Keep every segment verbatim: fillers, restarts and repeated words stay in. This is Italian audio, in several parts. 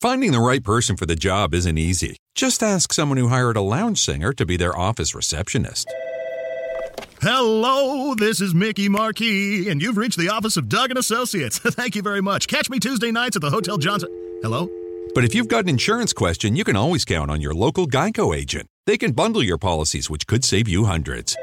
Finding the right person for the job isn't easy. Just ask someone who hired a lounge singer to be their office receptionist. Hello, this is Mickey Marquis, and you've reached the office of Doug and Associates. Thank you very much. Catch me Tuesday nights at the Hotel Johnson. Hello? But if you've got an insurance question, you can always count on your local Geico agent. They can bundle your policies, which could save you hundreds.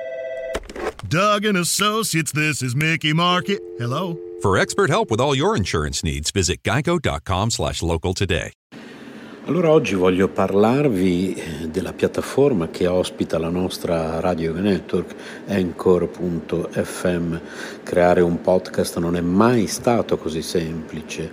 Doug and Associates, this is Mickey Marquis. Hello? For expert help with all your insurance needs, visit geico.com slash local today. Allora oggi voglio parlarvi della piattaforma che ospita la nostra radio network, Anchor punto effe emme. Creare un podcast non è mai stato così semplice.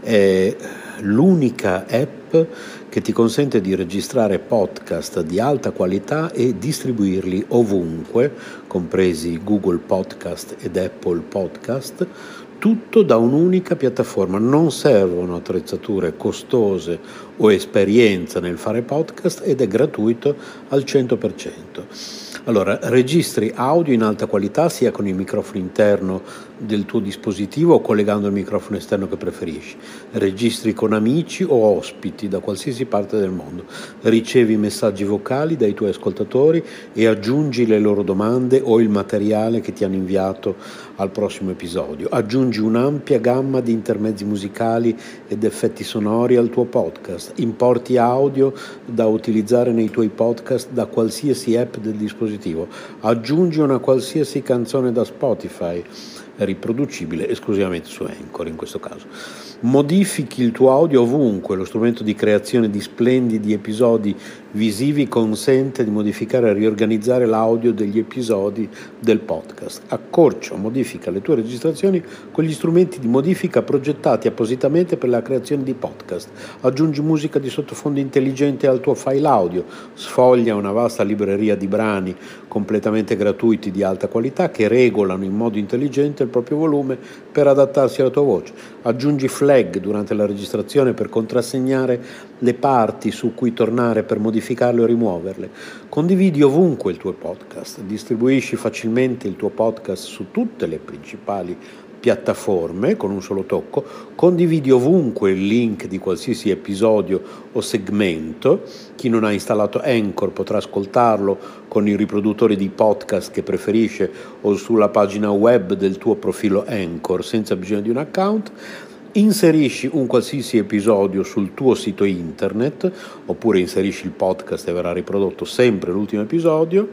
È l'unica app che ti consente di registrare podcast di alta qualità e distribuirli ovunque, compresi Google Podcast ed Apple Podcast, tutto da un'unica piattaforma. Non servono attrezzature costose o esperienza nel fare podcast ed è gratuito al cento per cento. Allora, registri audio in alta qualità sia con il microfono interno del tuo dispositivo o collegando il microfono esterno che preferisci. Registri con amici o ospiti da qualsiasi parte del mondo. Ricevi messaggi vocali dai tuoi ascoltatori e aggiungi le loro domande o il materiale che ti hanno inviato al prossimo episodio. Aggiungi un'ampia gamma di intermezzi musicali ed effetti sonori al tuo podcast. Importi audio da utilizzare nei tuoi podcast da qualsiasi app del dispositivo. Aggiungi una qualsiasi canzone da Spotify, riproducibile esclusivamente su Anchor in questo caso. Modifichi il tuo audio ovunque. Lo strumento di creazione di splendidi episodi visivi consente di modificare e riorganizzare l'audio degli episodi del podcast. Accorcia o modifica le tue registrazioni con gli strumenti di modifica progettati appositamente per la creazione di podcast. Aggiungi musica di sottofondo intelligente al tuo file audio. Sfoglia una vasta libreria di brani completamente gratuiti di alta qualità che regolano in modo intelligente il proprio volume per adattarsi alla tua voce. Aggiungi flag durante la registrazione per contrassegnare le parti su cui tornare per modificarle o rimuoverle. Condividi ovunque il tuo podcast. Distribuisci facilmente il tuo podcast su tutte le principali piattaforme con un solo tocco. Condividi ovunque il link di qualsiasi episodio o segmento. Chi non ha installato Anchor potrà ascoltarlo con i riproduttori di podcast che preferisce o sulla pagina web del tuo profilo Anchor senza bisogno di un account. Inserisci un qualsiasi episodio sul tuo sito internet oppure inserisci il podcast e verrà riprodotto sempre l'ultimo episodio.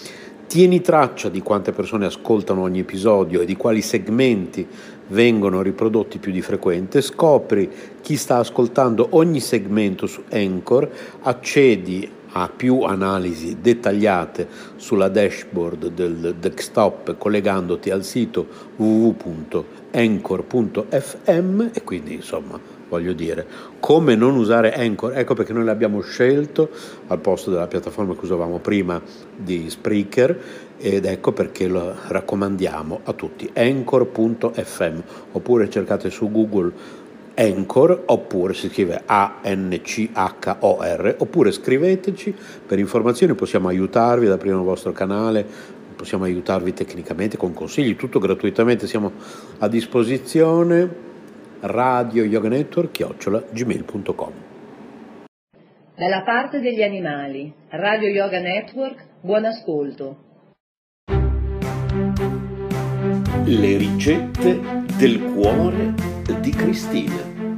Tieni traccia di quante persone ascoltano ogni episodio e di quali segmenti vengono riprodotti più di frequente. Scopri chi sta ascoltando ogni segmento su Anchor, accedi a più analisi dettagliate sulla dashboard del desktop collegandoti al sito w w w punto anchor punto effe emme e quindi insomma voglio dire come non usare Anchor. Ecco perché noi l'abbiamo scelto al posto della piattaforma che usavamo prima di Spreaker ed ecco perché lo raccomandiamo a tutti. Anchor punto effe emme oppure cercate su Google Anchor oppure si scrive A N C H O R oppure scriveteci per informazioni, possiamo aiutarvi ad aprire il vostro canale, possiamo aiutarvi tecnicamente con consigli, tutto gratuitamente, siamo a disposizione. Radio Yoga Network chiocciola gmail punto com. Dalla parte degli animali, Radio Yoga Network, buon ascolto. Le ricette del cuore di Cristina.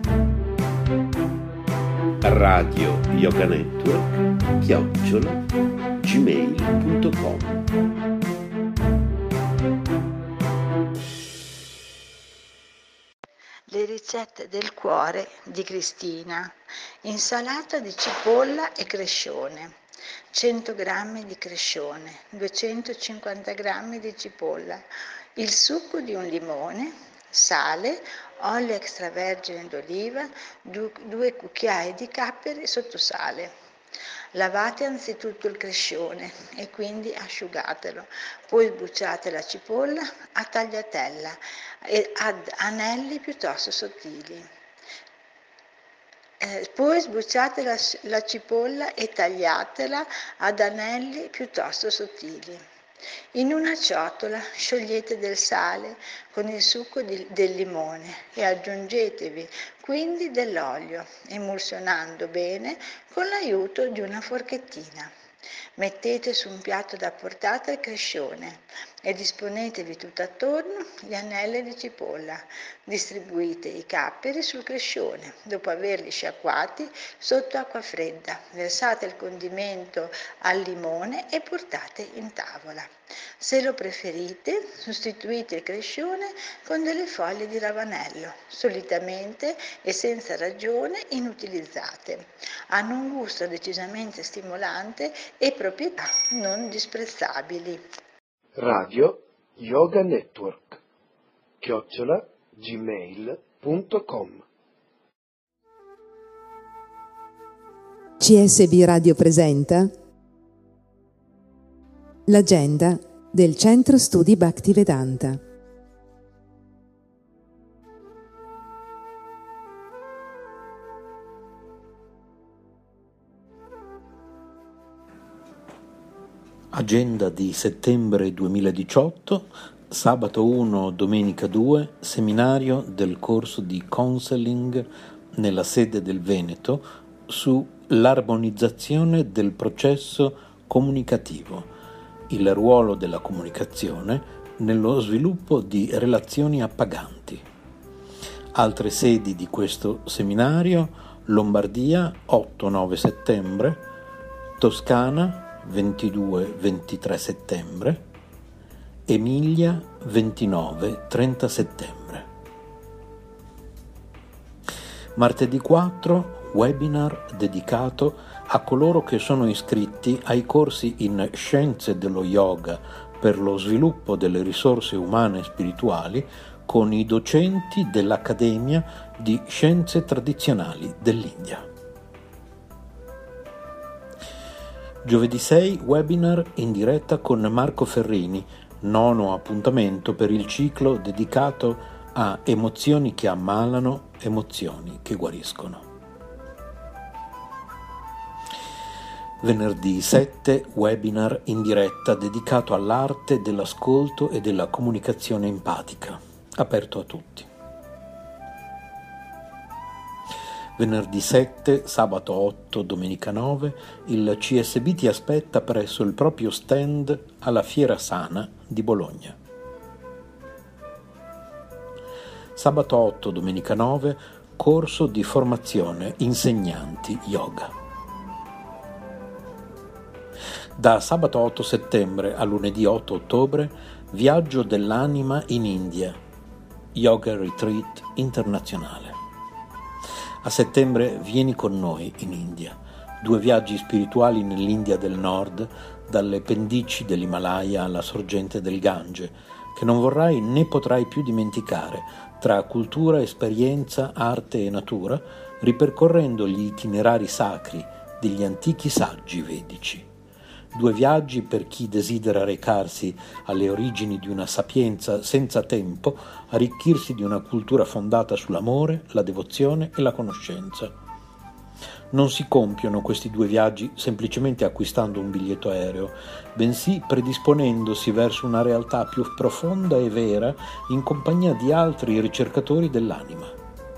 Radio Yoga Network chiocciola gmail punto com. Le ricette del cuore di Cristina. Insalata di cipolla e crescione, cento grammi di crescione, duecentocinquanta grammi di cipolla, il succo di un limone, sale, olio extravergine d'oliva, due cucchiai di capperi sotto sale. Lavate anzitutto il crescione e quindi asciugatelo, poi sbucciate la cipolla a tagliatella e ad anelli piuttosto sottili. Eh, poi sbucciate la, la cipolla e tagliatela ad anelli piuttosto sottili. In una ciotola sciogliete del sale con il succo di, del limone e aggiungetevi quindi dell'olio, emulsionando bene con l'aiuto di una forchettina. Mettete su un piatto da portata il crescione e disponetevi tutt'attorno gli anelli di cipolla. Distribuite i capperi sul crescione. Dopo averli sciacquati sotto acqua fredda, versate il condimento al limone e portate in tavola. Se lo preferite, sostituite il crescione con delle foglie di ravanello, solitamente e senza ragione inutilizzate. Hanno un gusto decisamente stimolante e proprietà non disprezzabili. Radio Yoga Network chiocciola gmail punto com. C S B Radio presenta l'agenda del Centro Studi Bhaktivedanta. Agenda di settembre duemiladiciotto, sabato uno, domenica due, seminario del corso di counseling nella sede del Veneto sull'armonizzazione del processo comunicativo, il ruolo della comunicazione nello sviluppo di relazioni appaganti. Altre sedi di questo seminario: Lombardia otto nove settembre, Toscana ventidue ventitré settembre, Emilia ventinove trenta settembre. Martedì quattro, webinar dedicato a coloro che sono iscritti ai corsi in Scienze dello Yoga per lo sviluppo delle risorse umane e spirituali con i docenti dell'Accademia di Scienze Tradizionali dell'India. Giovedì sei, webinar in diretta con Marco Ferrini, nono appuntamento per il ciclo dedicato a emozioni che ammalano, emozioni che guariscono. Venerdì sette, webinar in diretta dedicato all'arte dell'ascolto e della comunicazione empatica, aperto a tutti. Venerdì sette, sabato otto, domenica nove, il C S B ti aspetta presso il proprio stand alla Fiera Sana di Bologna. Sabato otto, domenica nove, corso di formazione insegnanti yoga. Da sabato otto settembre a lunedì otto ottobre, viaggio dell'anima in India, Yoga Retreat internazionale. A settembre vieni con noi in India, due viaggi spirituali nell'India del Nord, dalle pendici dell'Himalaya alla sorgente del Gange, che non vorrai né potrai più dimenticare, tra cultura, esperienza, arte e natura, ripercorrendo gli itinerari sacri degli antichi saggi vedici. Due viaggi per chi desidera recarsi alle origini di una sapienza senza tempo, arricchirsi di una cultura fondata sull'amore, la devozione e la conoscenza. Non si compiono questi due viaggi semplicemente acquistando un biglietto aereo, bensì predisponendosi verso una realtà più profonda e vera in compagnia di altri ricercatori dell'anima.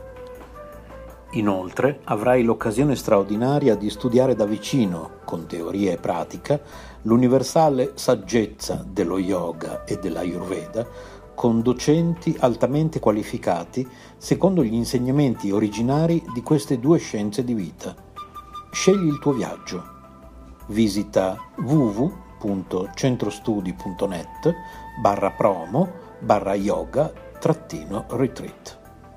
Inoltre avrai l'occasione straordinaria di studiare da vicino, con teoria e pratica, l'universale saggezza dello yoga e dell'ayurveda con docenti altamente qualificati secondo gli insegnamenti originari di queste due scienze di vita. Scegli il tuo viaggio. Visita w w w punto centrostudi punto net barra promo barra yoga trattino retreat.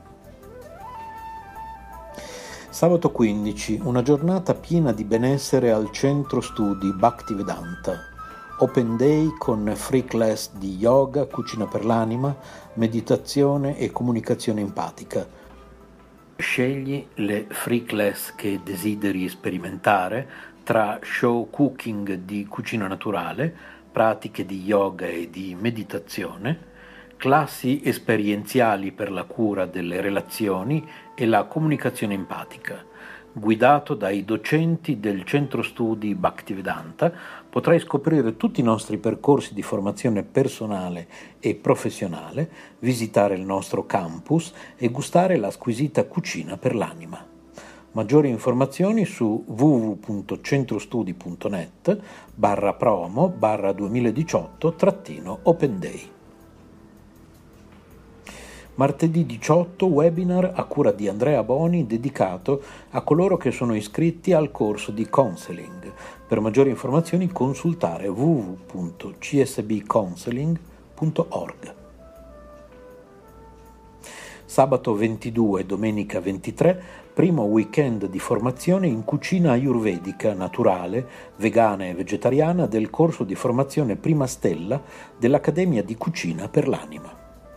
Sabato quindici, una giornata piena di benessere al Centro Studi Bhaktivedanta. Open Day con free class di yoga, cucina per l'anima, meditazione e comunicazione empatica. Scegli le free class che desideri sperimentare tra show cooking di cucina naturale, pratiche di yoga e di meditazione, classi esperienziali per la cura delle relazioni e la comunicazione empatica, Guidato dai docenti del Centro Studi Bhaktivedanta, potrai scoprire tutti i nostri percorsi di formazione personale e professionale, visitare il nostro campus e gustare la squisita cucina per l'anima. Maggiori informazioni su w w w punto centrostudi punto net barra promo barra duemiladiciotto trattino Open Day. Martedì diciotto webinar a cura di Andrea Boni dedicato a coloro che sono iscritti al corso di counseling. Per maggiori informazioni consultare w w w punto c s b counseling punto org. Sabato ventidue e domenica ventitré, primo weekend di formazione in cucina ayurvedica naturale, vegana e vegetariana del corso di formazione Prima Stella dell'Accademia di Cucina per l'Anima.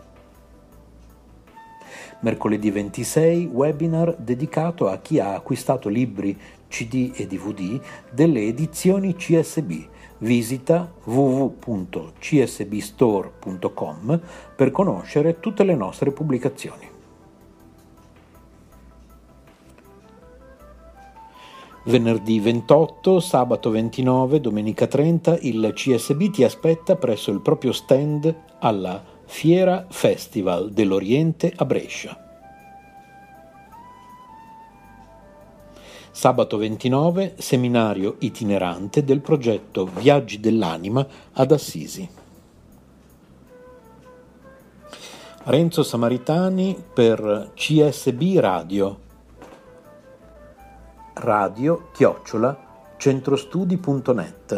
Mercoledì ventisei, webinar dedicato a chi ha acquistato libri, C D e D V D delle edizioni C S B. Visita w w w punto c s b store punto com per conoscere tutte le nostre pubblicazioni. Venerdì ventotto, sabato ventinove, domenica trenta, il C S B ti aspetta presso il proprio stand alla Fiera Festival dell'Oriente a Brescia. Sabato ventinove, seminario itinerante del progetto Viaggi dell'Anima ad Assisi. Renzo Samaritani per C S B Radio. Radio chiocciola centrostudi punto net.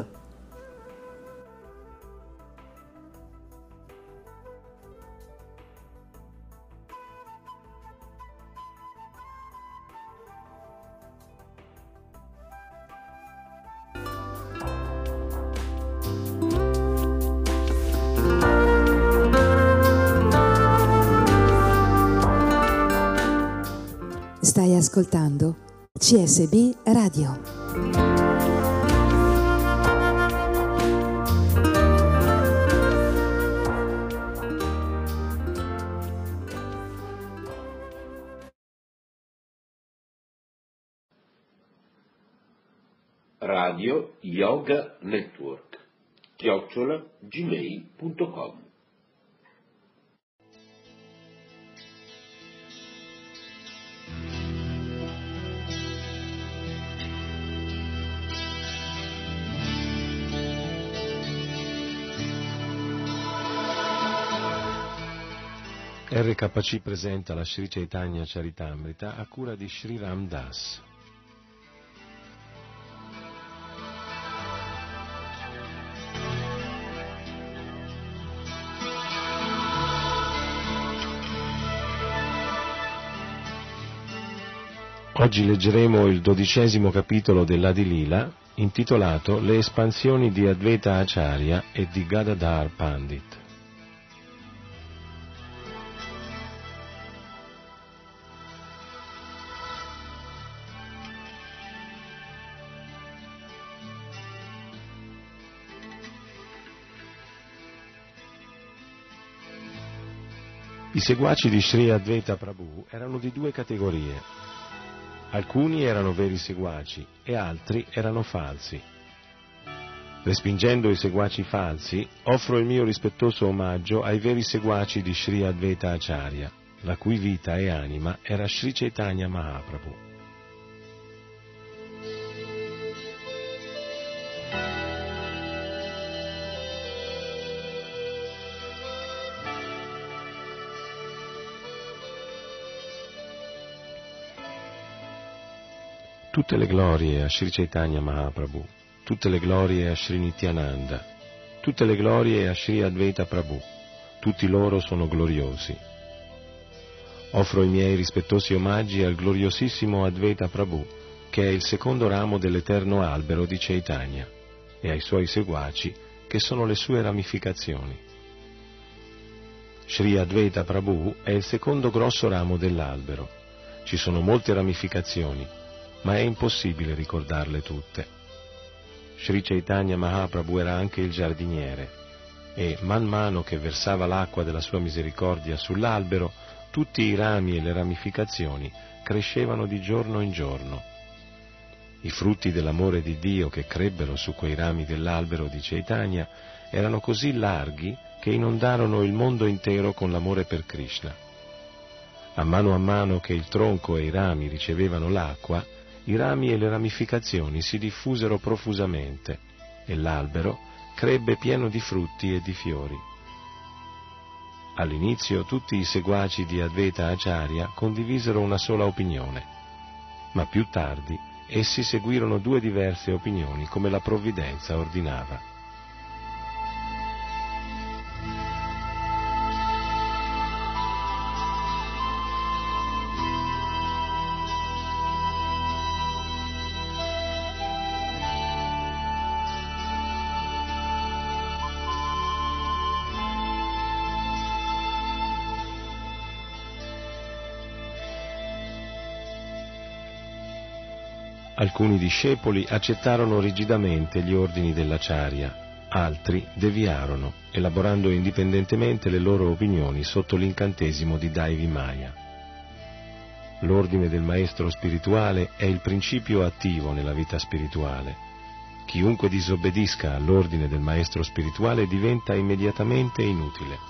Stai ascoltando C S B Radio. Radio Yoga Network, chiocciola gmail punto com. R K C presenta la Sri Chaitanya Charitamrita a cura di Sri Ram Das. Oggi leggeremo il dodicesimo capitolo dell'Adi Lila, intitolato Le espansioni di Advaita Acharya e di Gadadhar Pandit. I seguaci di Sri Advaita Prabhu erano di due categorie. Alcuni erano veri seguaci e altri erano falsi. Respingendo i seguaci falsi, offro il mio rispettoso omaggio ai veri seguaci di Sri Advaita Acharya, la cui vita e anima era Sri Chaitanya Mahaprabhu. Tutte le glorie a Sri Chaitanya Mahaprabhu, tutte le glorie a Sri Nityananda, tutte le glorie a Sri Advaita Prabhu, tutti loro sono gloriosi. Offro i miei rispettosi omaggi al gloriosissimo Advaita Prabhu, che è il secondo ramo dell'eterno albero di Chaitanya, e ai suoi seguaci, che sono le sue ramificazioni. Sri Advaita Prabhu è il secondo grosso ramo dell'albero. Ci sono molte ramificazioni, ma è impossibile ricordarle tutte. Sri Chaitanya Mahaprabhu era anche il giardiniere e, man mano che versava l'acqua della sua misericordia sull'albero, tutti i rami e le ramificazioni crescevano di giorno in giorno I frutti dell'amore di Dio che crebbero su quei rami dell'albero di Chaitanya erano così larghi che inondarono il mondo intero con l'amore per Krishna. A mano a mano che il tronco e i rami ricevevano l'acqua, i rami e le ramificazioni si diffusero profusamente e l'albero crebbe pieno di frutti e di fiori. All'inizio tutti i seguaci di Advaita Acharya condivisero una sola opinione, ma più tardi essi seguirono due diverse opinioni come la provvidenza ordinava. Alcuni discepoli accettarono rigidamente gli ordini dell'Acharya, altri deviarono, elaborando indipendentemente le loro opinioni sotto l'incantesimo di Daivi Maya. L'ordine del maestro spirituale è il principio attivo nella vita spirituale. Chiunque disobbedisca all'ordine del maestro spirituale diventa immediatamente inutile.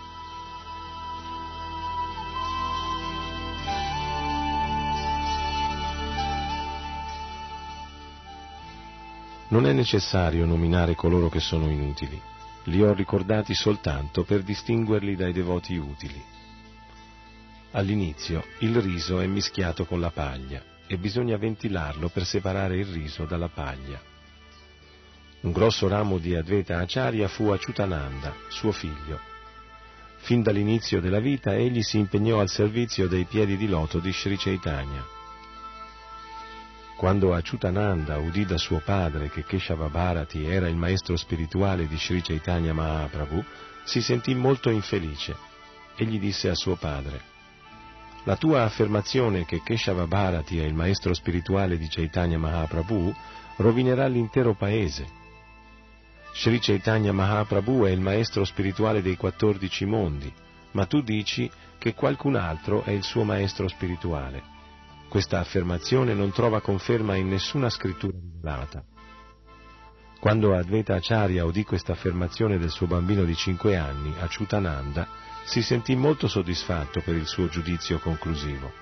Non è necessario nominare coloro che sono inutili, li ho ricordati soltanto per distinguerli dai devoti utili. All'inizio il riso è mischiato con la paglia e bisogna ventilarlo per separare il riso dalla paglia. Un grosso ramo di Advaita Acharya fu Achyutananda, suo figlio. Fin dall'inizio della vita egli si impegnò al servizio dei piedi di loto di Sri Chaitanya. Quando Achyutananda udì da suo padre che Keshava Bharati era il maestro spirituale di Sri Chaitanya Mahaprabhu, si sentì molto infelice e gli disse a suo padre: «La tua affermazione che Keshava Bharati è il maestro spirituale di Chaitanya Mahaprabhu rovinerà l'intero paese. Sri Chaitanya Mahaprabhu è il maestro spirituale dei quattordici mondi, ma tu dici che qualcun altro è il suo maestro spirituale. Questa affermazione non trova conferma in nessuna scrittura rivelata». Quando Advaita Acharya udì questa affermazione del suo bambino di cinque anni, Achyutananda, si sentì molto soddisfatto per il suo giudizio conclusivo.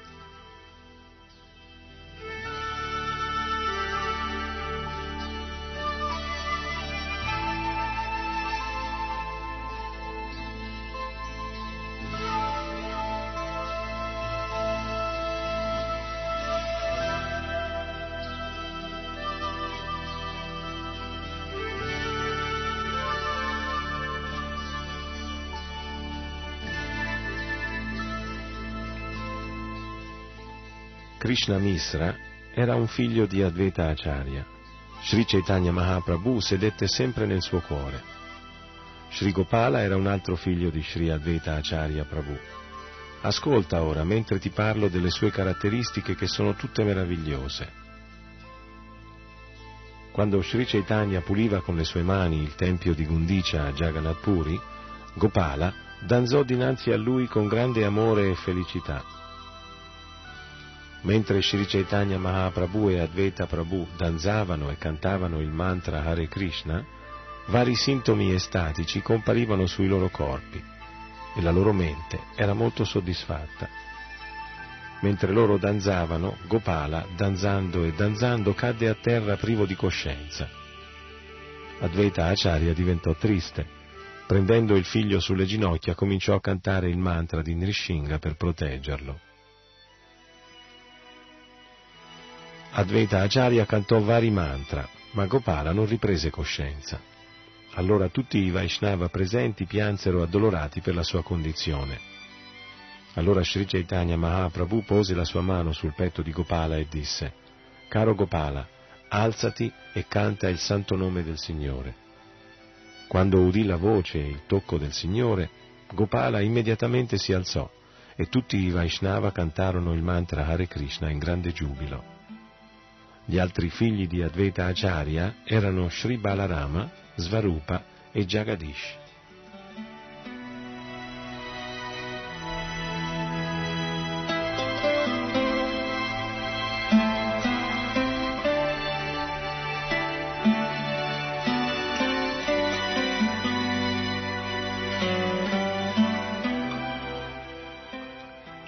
Krishna Misra era un figlio di Advaita Acharya. Sri Chaitanya Mahaprabhu sedette sempre nel suo cuore. Sri Gopala era un altro figlio di Sri Advaita Acharya Prabhu. Ascolta ora mentre ti parlo delle sue caratteristiche che sono tutte meravigliose. Quando Sri Chaitanya puliva con le sue mani il tempio di Gundicha a Jagannath Puri, Gopala danzò dinanzi a lui con grande amore e felicità. Mentre Sri Chaitanya Mahaprabhu e Advaita Prabhu danzavano e cantavano il mantra Hare Krishna, vari sintomi estatici comparivano sui loro corpi e la loro mente era molto soddisfatta. Mentre loro danzavano, Gopala, danzando e danzando, cadde a terra privo di coscienza. Advaita Acharya diventò triste. Prendendo il figlio sulle ginocchia, cominciò a cantare il mantra di Nrishinga per proteggerlo. Advaita Acharya cantò vari mantra, ma Gopala non riprese coscienza. Allora tutti i Vaishnava presenti piansero addolorati per la sua condizione. Allora Sri Chaitanya Mahaprabhu pose la sua mano sul petto di Gopala e disse: «Caro Gopala, alzati e canta il santo nome del Signore». Quando udì la voce e il tocco del Signore, Gopala immediatamente si alzò e tutti i Vaishnava cantarono il mantra Hare Krishna in grande giubilo. Gli altri figli di Advaita Acharya erano Sri Balarama, Svarupa e Jagadish.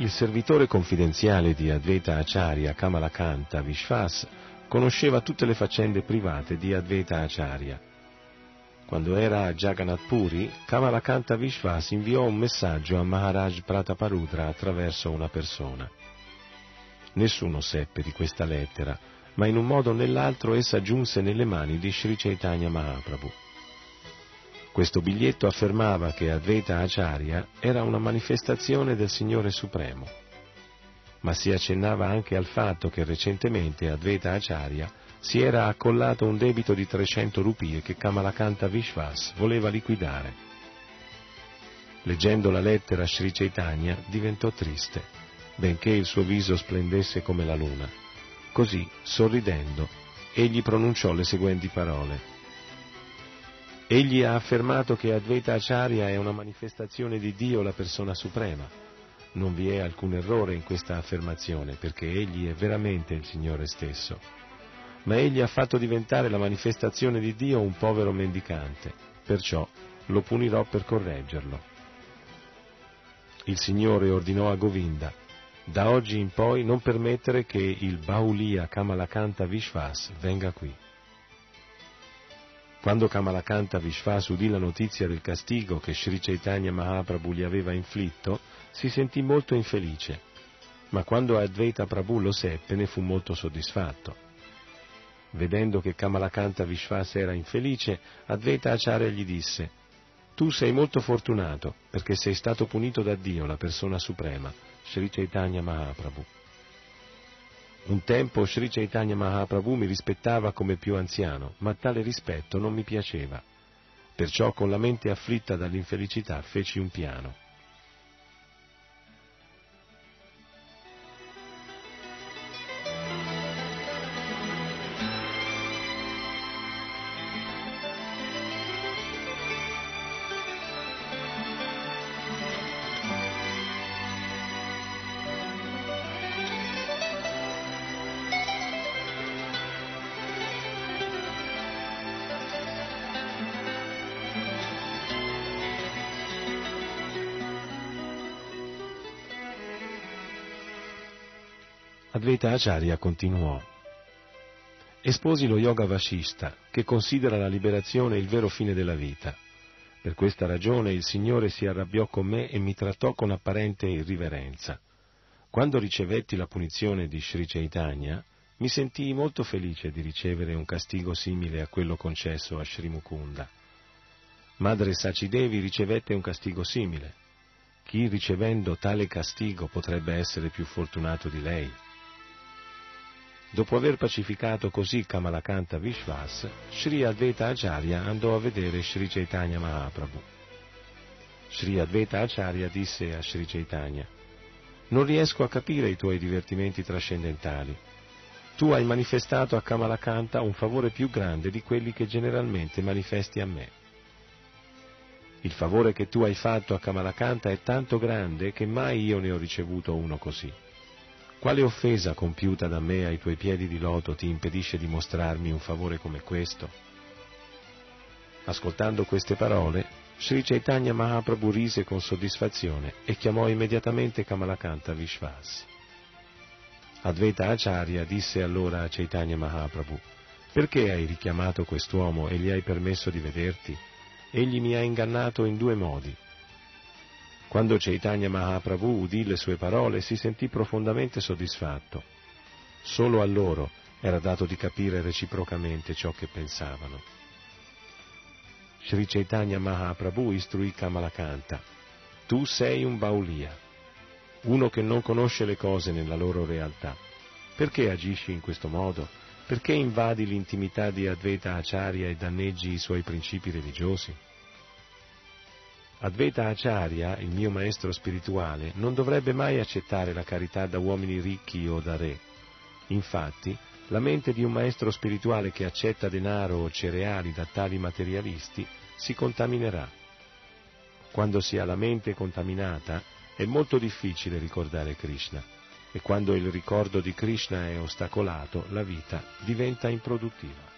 Il servitore confidenziale di Advaita Acharya, Kamalakanta Vishwas, conosceva tutte le faccende private di Advaita Acharya. Quando era a Jagannath Puri, Kamalakanta Vishwas inviò un messaggio a Maharaj Prataparudra attraverso una persona. Nessuno seppe di questa lettera, ma in un modo o nell'altro essa giunse nelle mani di Sri Chaitanya Mahaprabhu. Questo biglietto affermava che Advaita Acharya era una manifestazione del Signore Supremo, ma si accennava anche al fatto che recentemente Advaita Acharya si era accollato un debito di trecento rupie che Kamalakanta Vishwas voleva liquidare. Leggendo la lettera, Sri Chaitanya diventò triste, benché il suo viso splendesse come la luna. Così, sorridendo, egli pronunciò le seguenti parole. Egli ha affermato che Advaita Acharya è una manifestazione di Dio, la persona suprema. Non vi è alcun errore in questa affermazione, perché egli è veramente il Signore stesso. Ma egli ha fatto diventare la manifestazione di Dio un povero mendicante, perciò lo punirò per correggerlo. Il Signore ordinò a Govinda: da oggi in poi non permettere che il Baulia Kamalakanta Vishwas venga qui. Quando Kamalakanta Vishwas udì la notizia del castigo che Sri Chaitanya Mahaprabhu gli aveva inflitto, si sentì molto infelice, ma quando Advaita Prabhu lo seppe ne fu molto soddisfatto. Vedendo che Kamalakanta Vishwas era infelice, Advaita Acharya gli disse: tu sei molto fortunato, perché sei stato punito da Dio, la persona suprema, Sri Chaitanya Mahaprabhu. Un tempo Sri Chaitanya Mahaprabhu mi rispettava come più anziano, ma tale rispetto non mi piaceva. Perciò con la mente afflitta dall'infelicità feci un piano. Advaita Acharya continuò. Esposi lo yoga Vashishta, che considera la liberazione il vero fine della vita. Per questa ragione il Signore si arrabbiò con me e mi trattò con apparente irriverenza. Quando ricevetti la punizione di Sri Chaitanya, mi sentii molto felice di ricevere un castigo simile a quello concesso a Sri Mukunda. Madre Sacidevi ricevette un castigo simile. Chi ricevendo tale castigo potrebbe essere più fortunato di lei? Dopo aver pacificato così Kamalakanta Vishwas, Sri Advaita Acharya andò a vedere Sri Chaitanya Mahaprabhu. Sri Advaita Acharya disse a Sri Chaitanya: non riesco a capire i tuoi divertimenti trascendentali. Tu hai manifestato a Kamalakanta un favore più grande di quelli che generalmente manifesti a me. Il favore che tu hai fatto a Kamalakanta è tanto grande che mai io ne ho ricevuto uno così. Quale offesa compiuta da me ai tuoi piedi di loto ti impedisce di mostrarmi un favore come questo? Ascoltando queste parole, Sri Chaitanya Mahaprabhu rise con soddisfazione e chiamò immediatamente Kamalakanta Vishwas. Advaita Acharya disse allora a Chaitanya Mahaprabhu: perché hai richiamato quest'uomo e gli hai permesso di vederti? Egli mi ha ingannato in due modi. Quando Chaitanya Mahaprabhu udì le sue parole si sentì profondamente soddisfatto. Solo a loro era dato di capire reciprocamente ciò che pensavano. Sri Chaitanya Mahaprabhu istruì Kamalakanta: tu sei un Baulia, uno che non conosce le cose nella loro realtà. Perché agisci in questo modo? Perché invadi l'intimità di Advaita Acharya e danneggi i suoi principi religiosi? Advaita Acharya, il mio maestro spirituale, non dovrebbe mai accettare la carità da uomini ricchi o da re. Infatti, la mente di un maestro spirituale che accetta denaro o cereali da tali materialisti si contaminerà. Quando si ha la mente contaminata, è molto difficile ricordare Krishna, e quando il ricordo di Krishna è ostacolato, la vita diventa improduttiva.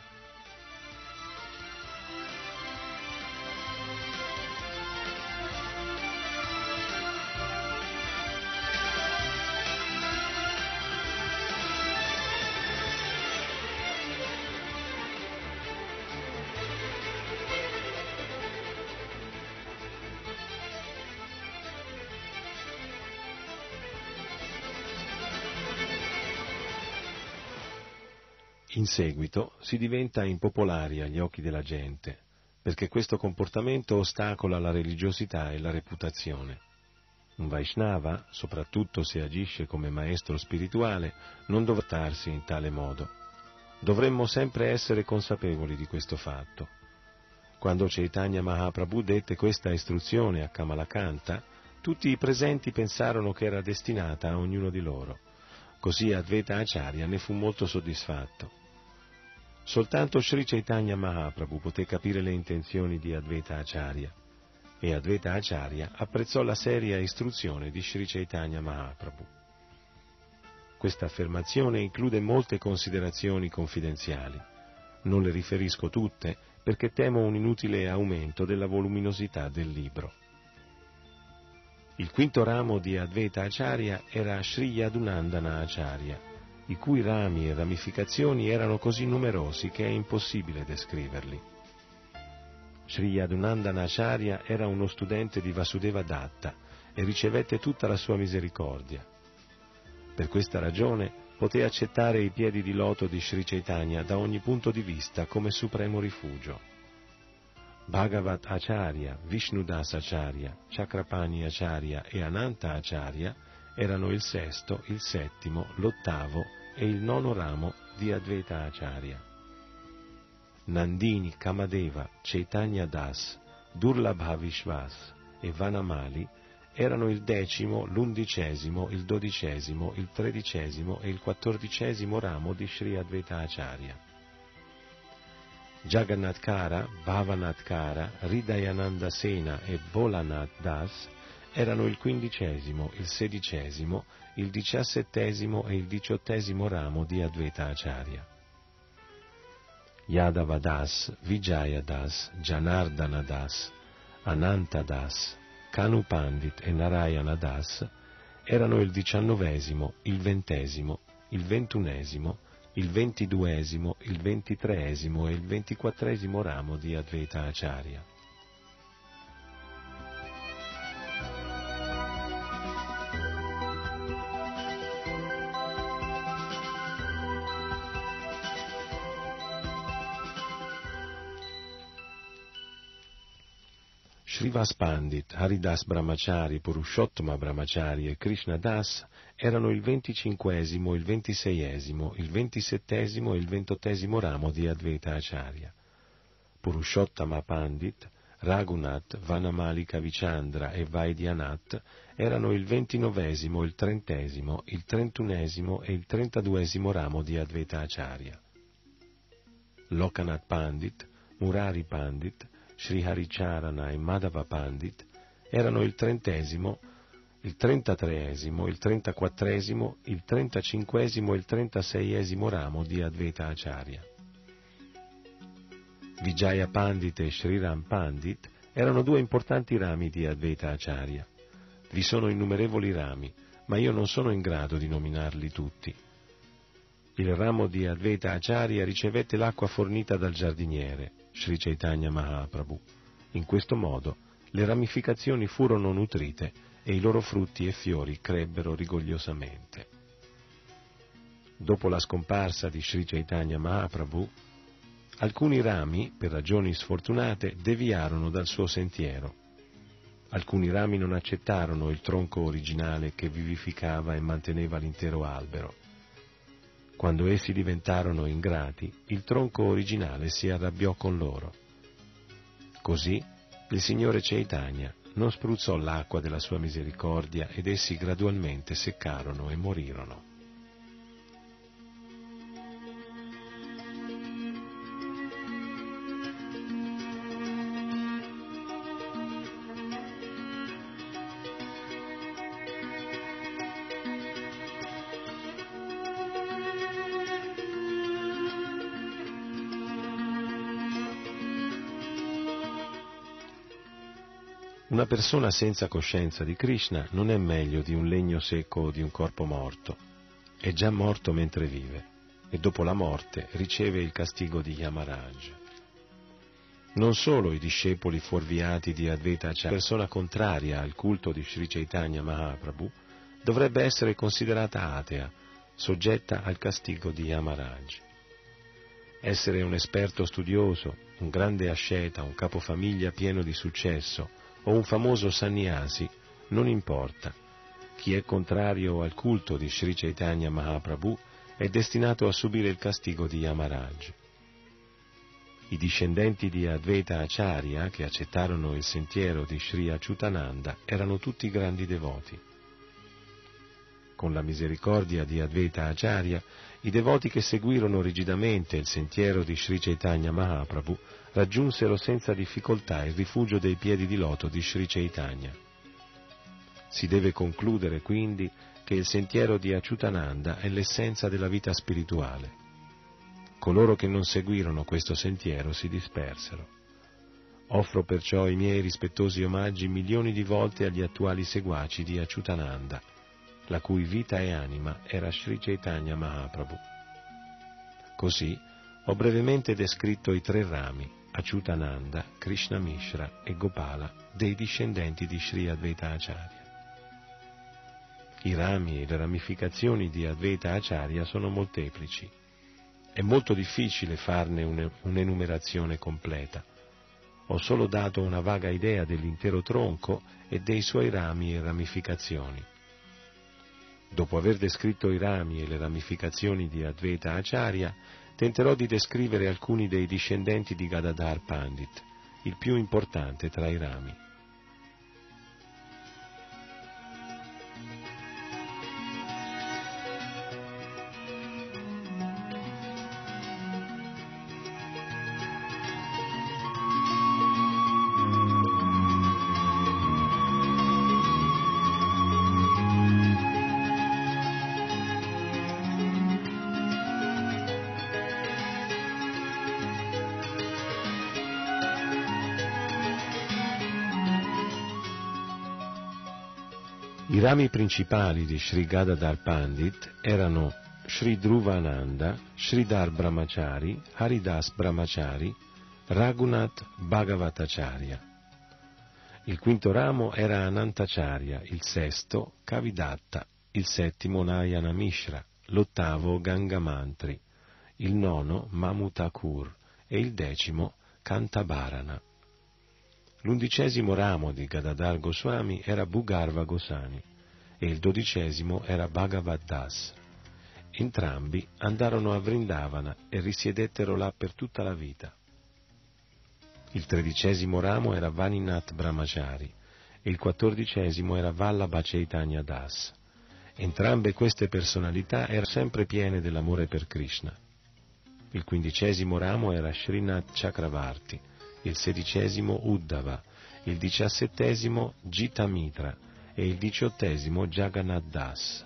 In seguito si diventa impopolari agli occhi della gente, perché questo comportamento ostacola la religiosità e la reputazione. Un Vaishnava, soprattutto se agisce come maestro spirituale, non dovrebbe trattarsi in tale modo. Dovremmo sempre essere consapevoli di questo fatto. Quando Chaitanya Mahaprabhu dette questa istruzione a Kamalakanta, tutti i presenti pensarono che era destinata a ognuno di loro. Così Advaita Acharya ne fu molto soddisfatto. Soltanto Sri Chaitanya Mahaprabhu poté capire le intenzioni di Advaita Acharya, e Advaita Acharya apprezzò la seria istruzione di Sri Chaitanya Mahaprabhu. Questa affermazione include molte considerazioni confidenziali. Non le riferisco tutte perché temo un inutile aumento della voluminosità del libro. Il quinto ramo di Advaita Acharya era Sri Yadunandana Acharya, i cui rami e ramificazioni erano così numerosi che è impossibile descriverli. Sri Yadunandana Acharya era uno studente di Vasudeva Datta e ricevette tutta la sua misericordia. Per questa ragione poté accettare i piedi di loto di Sri Chaitanya da ogni punto di vista come supremo rifugio. Bhagavat Acharya, Vishnudas Acharya, Chakrapani Acharya e Ananta Acharya erano il sesto, il settimo, l'ottavo e il nono ramo di Advaita Acharya. Nandini, Kamadeva, Chaitanya Das, Durlabha Vishwas e Vanamali erano il decimo, l'undicesimo, il dodicesimo, il tredicesimo e il quattordicesimo ramo di Sri Advaita Acharya. Jagannathkara, Bhavanathkara, Hridayananda Sena e Bholanath Das erano il quindicesimo, il sedicesimo, il diciassettesimo e il diciottesimo ramo di Advaita Acharya. Yadava Das, Vijaya Das, Janardana Das, Ananta Das, Kanu Pandit e Narayana Das erano il diciannovesimo, il ventesimo, il ventunesimo, il ventiduesimo, il ventitreesimo e il ventiquattresimo ramo di Advaita Acharya. Srivas Pandit, Haridas Brahmachari, Purushottama Brahmachari e Krishna Das erano il venticinquesimo, il ventiseiesimo, il ventisettesimo e il ventottesimo ramo di Advaita Acharya. Purushottama Pandit, Raghunath, Vanamali Kavichandra e Vaidyanatha erano il ventinovesimo, il trentesimo, il trentunesimo e il trentaduesimo ramo di Advaita Acharya. Lokanath Pandit, Murari Pandit, Sri Haricharana e Madhava Pandit erano il trentesimo, il trentatreesimo, il trentaquattresimo, il trentacinquesimo e il trentaseiesimo ramo di Advaita Acharya. Vijaya Pandit e Sri Ram Pandit erano due importanti rami di Advaita Acharya. Vi sono innumerevoli rami, ma io non sono in grado di nominarli tutti. Il ramo di Advaita Acharya ricevette l'acqua fornita dal giardiniere, Sri Chaitanya Mahaprabhu. In questo modo le ramificazioni furono nutrite e i loro frutti e fiori crebbero rigogliosamente. Dopo la scomparsa di Sri Chaitanya Mahaprabhu, alcuni rami, per ragioni sfortunate, deviarono dal suo sentiero. Alcuni rami non accettarono il tronco originale che vivificava e manteneva l'intero albero. Quando essi diventarono ingrati, il tronco originale si arrabbiò con loro. Così il Signore Chaitanya non spruzzò l'acqua della sua misericordia ed essi gradualmente seccarono e morirono. Una persona senza coscienza di Krishna non è meglio di un legno secco o di un corpo morto. È già morto mentre vive e dopo la morte riceve il castigo di Yamaraj. Non solo i discepoli fuorviati di Advaita Acharya, persona contraria al culto di Sri Chaitanya Mahaprabhu, dovrebbe essere considerata atea, soggetta al castigo di Yamaraj. Essere un esperto studioso, un grande asceta, un capofamiglia pieno di successo o un famoso sannyasi non importa. Chi è contrario al culto di Sri Chaitanya Mahaprabhu è destinato a subire il castigo di Yamaraj. I discendenti di Advaita Acharya, che accettarono il sentiero di Sri Achyutananda, erano tutti grandi devoti. Con la misericordia di Advaita Acharya, i devoti che seguirono rigidamente il sentiero di Sri Chaitanya Mahaprabhu raggiunsero senza difficoltà il rifugio dei piedi di loto di Sri Chaitanya. Si deve concludere quindi che il sentiero di Achyutananda è l'essenza della vita spirituale. Coloro che non seguirono questo sentiero si dispersero. Offro perciò i miei rispettosi omaggi milioni di volte agli attuali seguaci di Achyutananda, la cui vita e anima era Sri Chaitanya Mahaprabhu. Così ho brevemente descritto i tre rami, Achyutananda, Krishna Mishra e Gopala, dei discendenti di Sri Advaita Acharya. I rami e le ramificazioni di Advaita Acharya sono molteplici. È molto difficile farne un'enumerazione completa. Ho solo dato una vaga idea dell'intero tronco e dei suoi rami e ramificazioni. Dopo aver descritto i rami e le ramificazioni di Advaita Acharya, tenterò di descrivere alcuni dei discendenti di Gadadhar Pandit, il più importante tra i rami. I rami principali di Sri Gadadhar Pandit erano Sri Dhruvananda, Sridhar Brahmachari, Haridas Brahmachari, Raghunath Bhagavatacharya. Il quinto ramo era Anantacharya, il sesto Kavidatta, il settimo Nayana Mishra, l'ottavo Gangamantri, il nono Mamutakur e il decimo Kantabharana. L'undicesimo ramo di Gadadhar Goswami era Bhugarva Gosani e il dodicesimo era Bhagavad Das. Entrambi andarono a Vrindavana e risiedettero là per tutta la vita. Il tredicesimo ramo era Vaninath Brahmachari e il quattordicesimo era Vallabha Chaitanya Das. Entrambe queste personalità erano sempre piene dell'amore per Krishna. Il quindicesimo ramo era Srinath Chakravarti, il sedicesimo Uddhava, il diciassettesimo Gita Mitra e il diciottesimo Jagannath Das.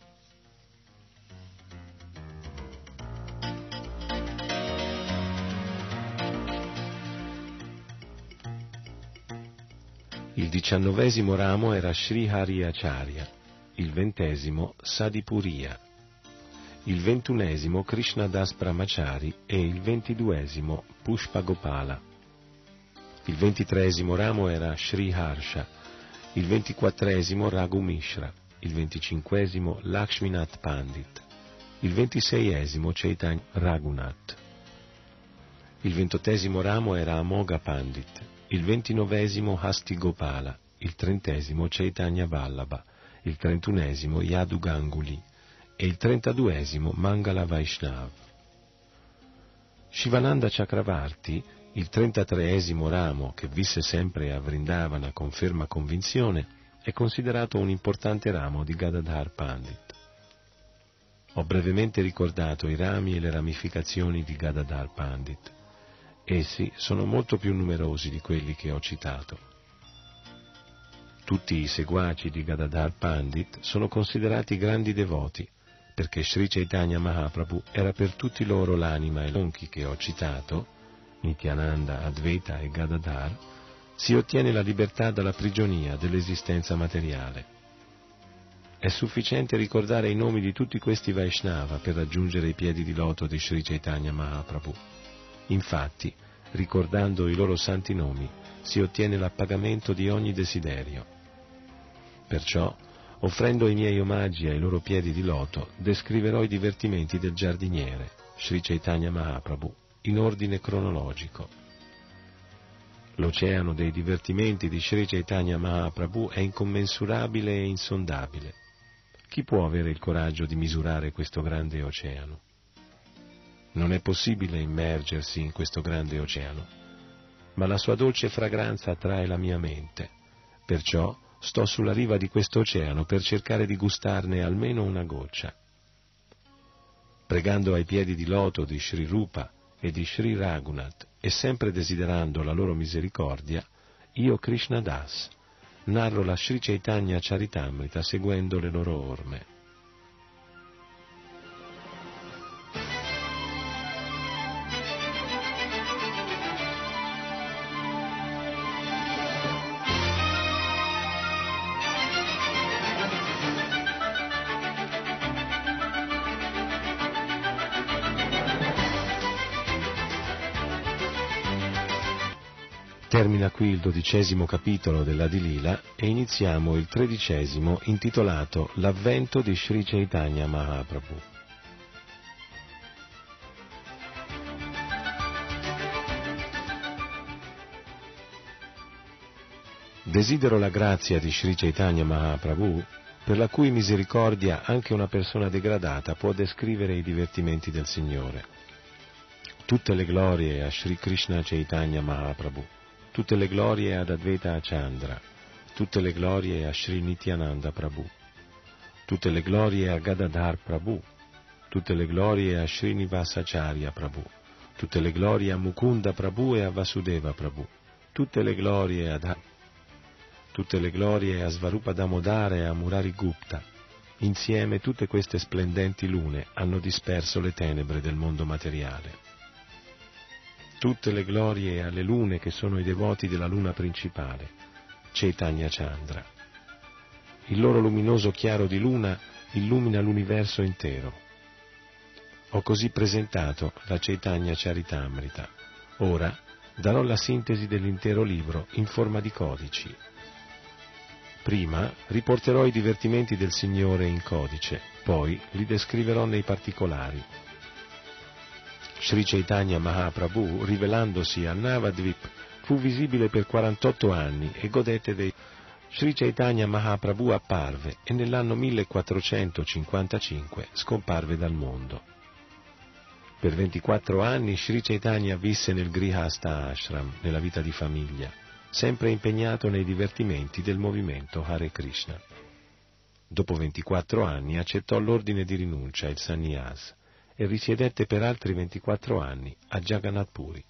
Il diciannovesimo ramo era Sri Hari Acharya, il ventesimo Sadipuriya, il ventunesimo Krishnadas Brahmachari e il ventiduesimo Pushpa Gopala. Il ventitreesimo ramo era Sri Harsha, il ventiquattresimo Raghu Mishra, il venticinquesimo Lakshminath Pandit, il ventiseiesimo Chaitanya Raghunath. Il ventottesimo ramo era Amoga Pandit, il ventinovesimo Hasti Gopala, il trentesimo Chaitanya Vallabha, il trentunesimo Yadu Ganguli e il trentaduesimo Mangala Vaishnav. Shivananda Chakravarti, il trentatreesimo ramo che visse sempre a Vrindavana con ferma convinzione, è considerato un importante ramo di Gadadhar Pandit. Ho brevemente ricordato i rami e le ramificazioni di Gadadhar Pandit. Essi sono molto più numerosi di quelli che ho citato. Tutti i seguaci di Gadadhar Pandit sono considerati grandi devoti, perché Sri Chaitanya Mahaprabhu era per tutti loro l'anima e l'onchi che ho citato, Nityananda, Advaita e Gadadhar, si ottiene la libertà dalla prigionia dell'esistenza materiale. È sufficiente ricordare i nomi di tutti questi Vaishnava per raggiungere i piedi di loto di Sri Chaitanya Mahaprabhu. Infatti, ricordando i loro santi nomi, si ottiene l'appagamento di ogni desiderio. Perciò, offrendo i miei omaggi ai loro piedi di loto, descriverò i divertimenti del giardiniere, Sri Chaitanya Mahaprabhu, in ordine cronologico. L'oceano dei divertimenti di Sri Chaitanya Mahaprabhu è incommensurabile e insondabile. Chi può avere il coraggio di misurare questo grande oceano? Non è possibile immergersi in questo grande oceano, ma la sua dolce fragranza attrae la mia mente, perciò sto sulla riva di questo oceano per cercare di gustarne almeno una goccia. Pregando ai piedi di loto di Sri Rupa e di Sri Raghunath e sempre desiderando la loro misericordia, io, Krishna Das, narro la Sri Chaitanya Charitamrita seguendo le loro orme. Termina qui il dodicesimo capitolo dell'Adilila e iniziamo il tredicesimo intitolato L'avvento di Sri Chaitanya Mahaprabhu. Desidero la grazia di Sri Chaitanya Mahaprabhu, per la cui misericordia anche una persona degradata può descrivere i divertimenti del Signore. Tutte le glorie a Sri Krishna Chaitanya Mahaprabhu. Tutte le glorie ad Advaita Chandra, tutte le glorie a Sri Nityananda Prabhu, tutte le glorie a Gadadhar Prabhu, tutte le glorie a Srinivasacharya Prabhu, tutte le glorie a Mukunda Prabhu e a Vasudeva Prabhu, tutte le glorie ad tutte le glorie a Svarupa Damodara e a Murari Gupta. Insieme tutte queste splendenti lune hanno disperso le tenebre del mondo materiale. Tutte le glorie alle lune che sono i devoti della luna principale, Chaitanya Chandra. Il loro luminoso chiaro di luna illumina l'universo intero. Ho così presentato la Chaitanya Charitamrita. Ora darò la sintesi dell'intero libro in forma di codici. Prima riporterò i divertimenti del Signore in codice, poi li descriverò nei particolari. Sri Chaitanya Mahaprabhu, rivelandosi a Navadvip, fu visibile per quarantotto anni e godette dei... Sri Chaitanya Mahaprabhu apparve e nell'anno millequattrocentocinquantacinque scomparve dal mondo. Per ventiquattro anni Sri Chaitanya visse nel Grihastha Ashram, nella vita di famiglia, sempre impegnato nei divertimenti del movimento Hare Krishna. Dopo ventiquattro anni accettò l'ordine di rinuncia, il sannyas, e risiedette per altri ventiquattro anni a Jagannath Puri.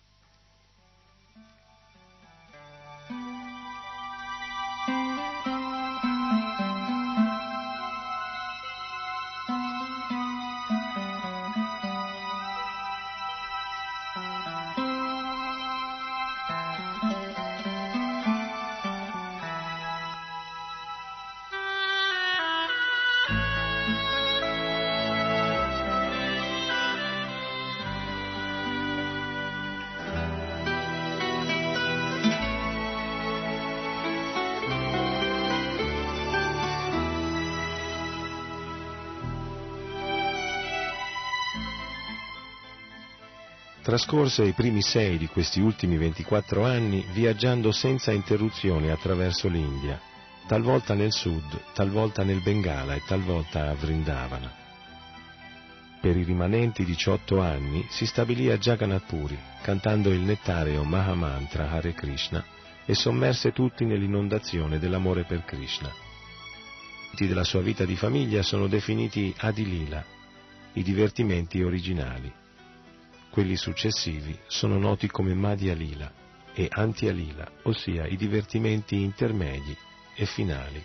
Trascorse i primi sei di questi ultimi ventiquattro anni viaggiando senza interruzione attraverso l'India, talvolta nel sud, talvolta nel Bengala e talvolta a Vrindavana. Per i rimanenti diciotto anni si stabilì a Jagannath Puri, cantando il nettareo Mahamantra Hare Krishna e sommerse tutti nell'inondazione dell'amore per Krishna. I della sua vita di famiglia sono definiti Adilila, i divertimenti originali. Quelli successivi sono noti come Madhya Lila e Antya Lila, ossia i divertimenti intermedi e finali.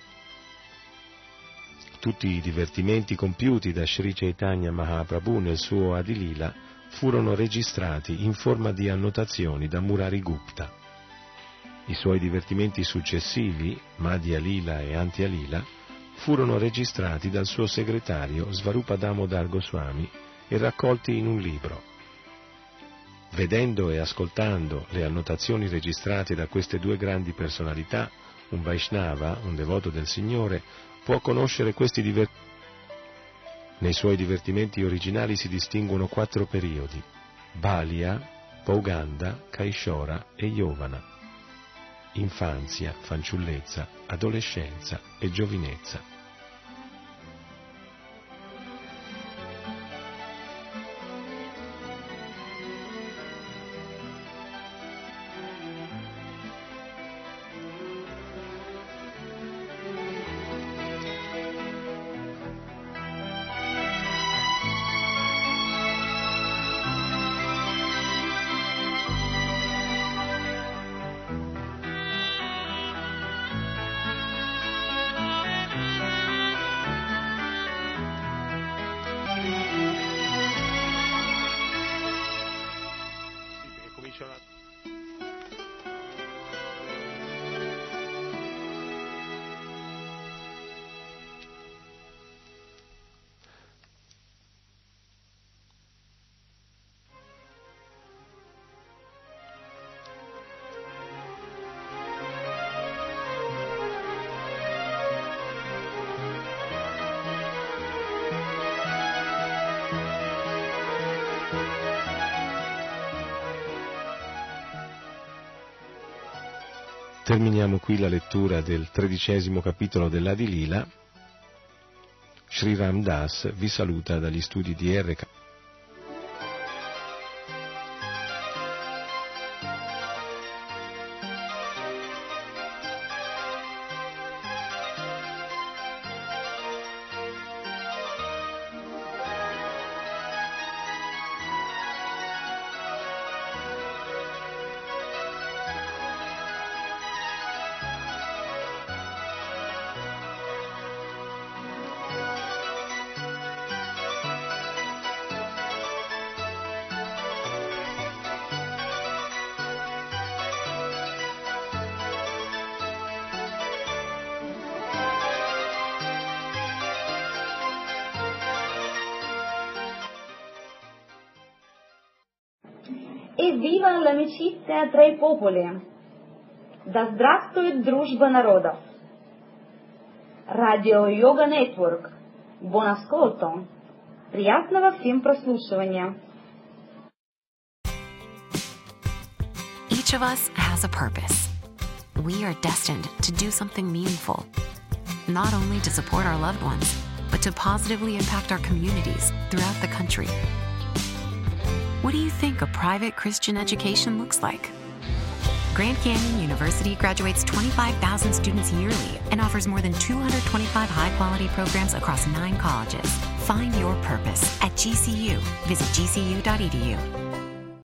Tutti i divertimenti compiuti da Sri Chaitanya Mahaprabhu nel suo Adilila furono registrati in forma di annotazioni da Murari Gupta. I suoi divertimenti successivi, Madhya Lila e Antya Lila, furono registrati dal suo segretario Svarupa Damodar Goswami e raccolti in un libro. Vedendo e ascoltando le annotazioni registrate da queste due grandi personalità, un Vaishnava, un devoto del Signore, può conoscere questi divertimenti. Nei suoi divertimenti originali si distinguono quattro periodi: Balia, Pouganda, Caishora e Iovana. Infanzia, fanciullezza, adolescenza e giovinezza. Terminiamo qui la lettura del tredicesimo capitolo dell'Adi Lila. Sri Ram Das vi saluta dagli studi di R K. Viva l'amicizia tra i popoli! Да здравствует дружба народов! Радио Йога Нетворк. Buon ascolto! Приятного всем прослушивания! Each of us has a purpose. We are destined to do something meaningful, not only to support our loved ones, but to positively impact our communities throughout the country. What do you think a private Christian education looks like? Grand Canyon University graduates twenty-five thousand students yearly and offers more than two hundred twenty-five high-quality programs across nine colleges. Find your purpose at G C U. Visit G C U dot E D U.